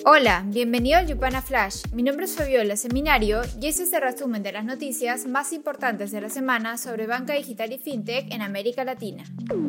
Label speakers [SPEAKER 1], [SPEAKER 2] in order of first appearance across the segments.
[SPEAKER 1] Hola, bienvenido al Yupana Flash. Mi nombre es Fabiola Seminario y este es el resumen de las noticias más importantes de la semana sobre banca digital y fintech en América Latina.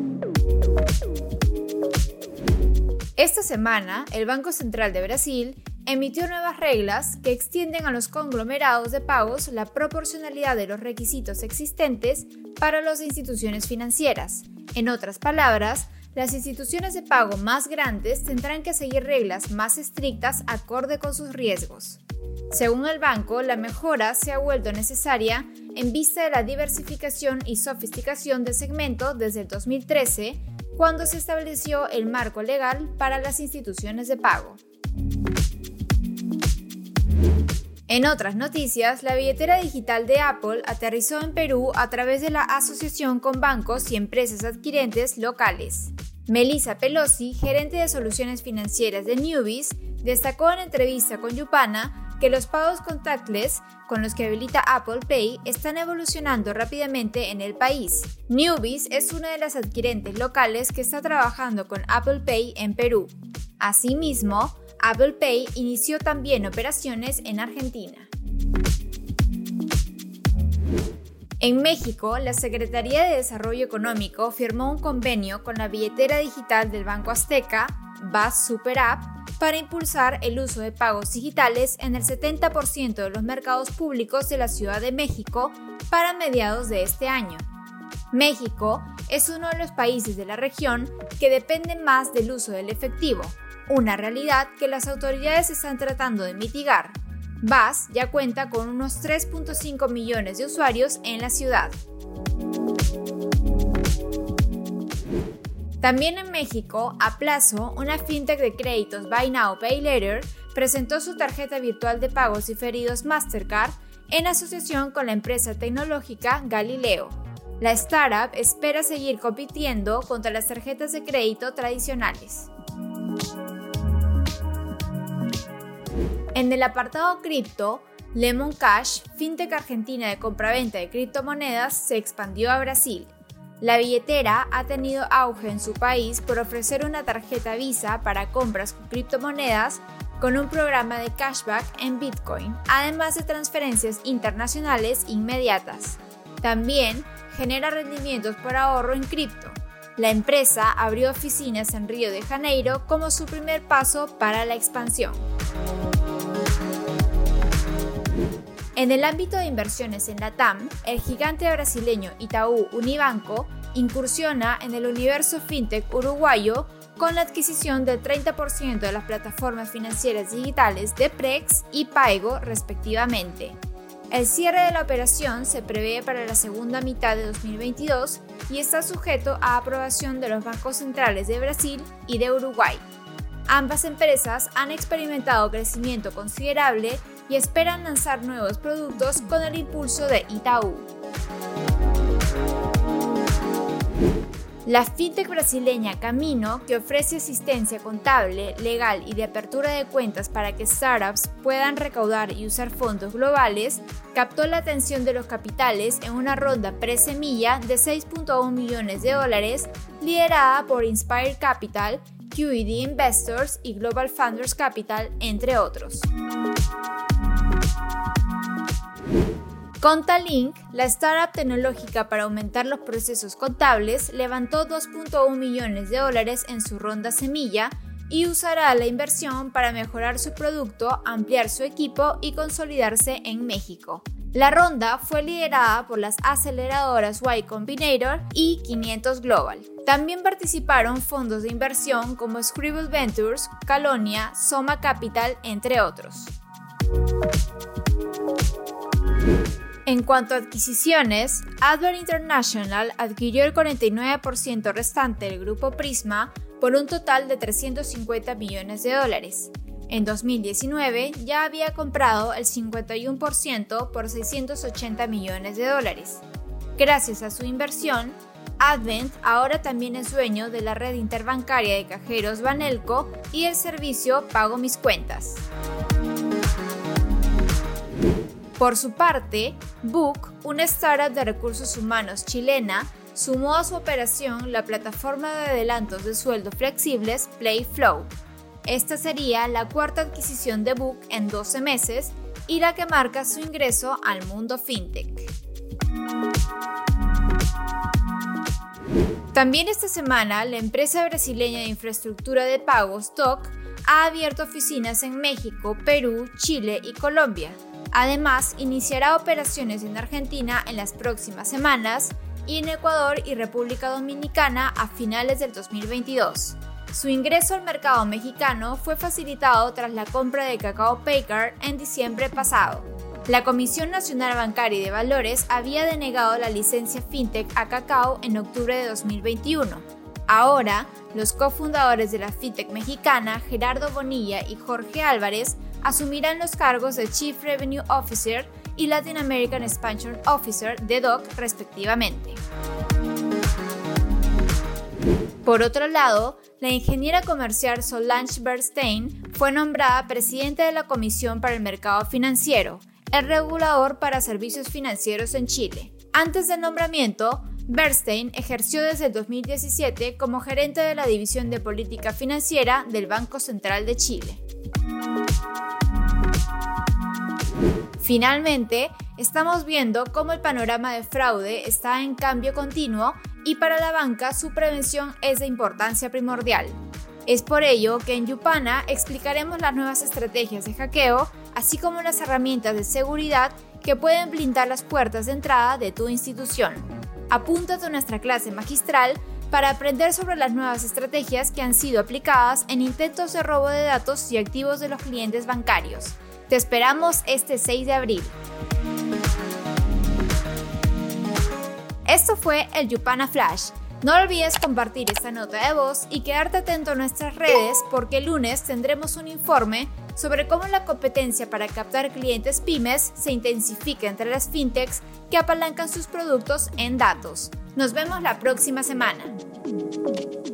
[SPEAKER 1] Esta semana, el Banco Central de Brasil emitió nuevas reglas que extienden a los conglomerados de pagos la proporcionalidad de los requisitos existentes para las instituciones financieras. En otras palabras, las instituciones de pago más grandes tendrán que seguir reglas más estrictas acorde con sus riesgos. Según el banco, la mejora se ha vuelto necesaria en vista de la diversificación y sofisticación del segmento desde el 2013, cuando se estableció el marco legal para las instituciones de pago. En otras noticias, la billetera digital de Apple aterrizó en Perú a través de la asociación con bancos y empresas adquirentes locales. Melissa Pelosi, gerente de soluciones financieras de Newbiz, destacó en entrevista con Yupana que los pagos contactless con los que habilita Apple Pay están evolucionando rápidamente en el país. Newbiz es una de las adquirentes locales que está trabajando con Apple Pay en Perú. Asimismo, Apple Pay inició también operaciones en Argentina. En México, la Secretaría de Desarrollo Económico firmó un convenio con la billetera digital del Banco Azteca, BAS Super App, para impulsar el uso de pagos digitales en el 70% de los mercados públicos de la Ciudad de México para mediados de este año. México es uno de los países de la región que dependen más del uso del efectivo, una realidad que las autoridades están tratando de mitigar. BAS ya cuenta con unos 3.5 millones de usuarios en la ciudad. También en México, Aplazo, una fintech de créditos Buy Now Pay Later, presentó su tarjeta virtual de pagos diferidos Mastercard en asociación con la empresa tecnológica Galileo. La startup espera seguir compitiendo contra las tarjetas de crédito tradicionales. En el apartado cripto, Lemon Cash, fintech argentina de compraventa de criptomonedas, se expandió a Brasil. La billetera ha tenido auge en su país por ofrecer una tarjeta Visa para compras con criptomonedas con un programa de cashback en Bitcoin, además de transferencias internacionales inmediatas. También genera rendimientos por ahorro en cripto. La empresa abrió oficinas en Río de Janeiro como su primer paso para la expansión. En el ámbito de inversiones en LATAM, el gigante brasileño Itaú Unibanco incursiona en el universo fintech uruguayo con la adquisición del 30% de las plataformas financieras digitales de Prex y Paigo, respectivamente. El cierre de la operación se prevé para la segunda mitad de 2022 y está sujeto a aprobación de los bancos centrales de Brasil y de Uruguay. Ambas empresas han experimentado crecimiento considerable y esperan lanzar nuevos productos con el impulso de Itaú. La fintech brasileña Camino, que ofrece asistencia contable, legal y de apertura de cuentas para que startups puedan recaudar y usar fondos globales, captó la atención de los capitales en una ronda pre-semilla de $6.1 millones, liderada por Inspire Capital, QED Investors y Global Founders Capital, entre otros. Contalink, la startup tecnológica para aumentar los procesos contables, levantó $2.1 millones en su ronda semilla y usará la inversión para mejorar su producto, ampliar su equipo y consolidarse en México. La ronda fue liderada por las aceleradoras Y Combinator y 500 Global. También participaron fondos de inversión como Scribble Ventures, Calonia, Soma Capital, entre otros. En cuanto a adquisiciones, Adver International adquirió el 49% restante del grupo Prisma por un total de $350 millones. En 2019 ya había comprado el 51% por $680 millones. Gracias a su inversión, Advent ahora también es dueño de la red interbancaria de cajeros Banelco y el servicio Pago Mis Cuentas. Por su parte, Book, una startup de recursos humanos chilena, sumó a su operación la plataforma de adelantos de sueldo flexibles PlayFlow. Esta sería la cuarta adquisición de Book en 12 meses y la que marca su ingreso al mundo fintech. También esta semana, la empresa brasileña de infraestructura de pagos Tock ha abierto oficinas en México, Perú, Chile y Colombia. Además, iniciará operaciones en Argentina en las próximas semanas y en Ecuador y República Dominicana a finales del 2022. Su ingreso al mercado mexicano fue facilitado tras la compra de Kakao Paycard en diciembre pasado. La Comisión Nacional Bancaria y de Valores había denegado la licencia fintech a Kakao en octubre de 2021. Ahora, los cofundadores de la fintech mexicana, Gerardo Bonilla y Jorge Álvarez, asumirán los cargos de Chief Revenue Officer y Latin American Expansion Officer de Tock, respectivamente. Por otro lado, la ingeniera comercial Solange Bernstein fue nombrada presidenta de la Comisión para el Mercado Financiero, el regulador para servicios financieros en Chile. Antes del nombramiento, Bernstein ejerció desde el 2017 como gerente de la División de Política Financiera del Banco Central de Chile. Finalmente, estamos viendo cómo el panorama de fraude está en cambio continuo y para la banca su prevención es de importancia primordial. Es por ello que en Yupana explicaremos las nuevas estrategias de hackeo, así como las herramientas de seguridad que pueden blindar las puertas de entrada de tu institución. Apúntate a nuestra clase magistral para aprender sobre las nuevas estrategias que han sido aplicadas en intentos de robo de datos y activos de los clientes bancarios. Te esperamos este 6 de abril. Esto fue el Yupana Flash. No olvides compartir esta nota de voz y quedarte atento a nuestras redes porque el lunes tendremos un informe sobre cómo la competencia para captar clientes pymes se intensifica entre las fintechs que apalancan sus productos en datos. Nos vemos la próxima semana.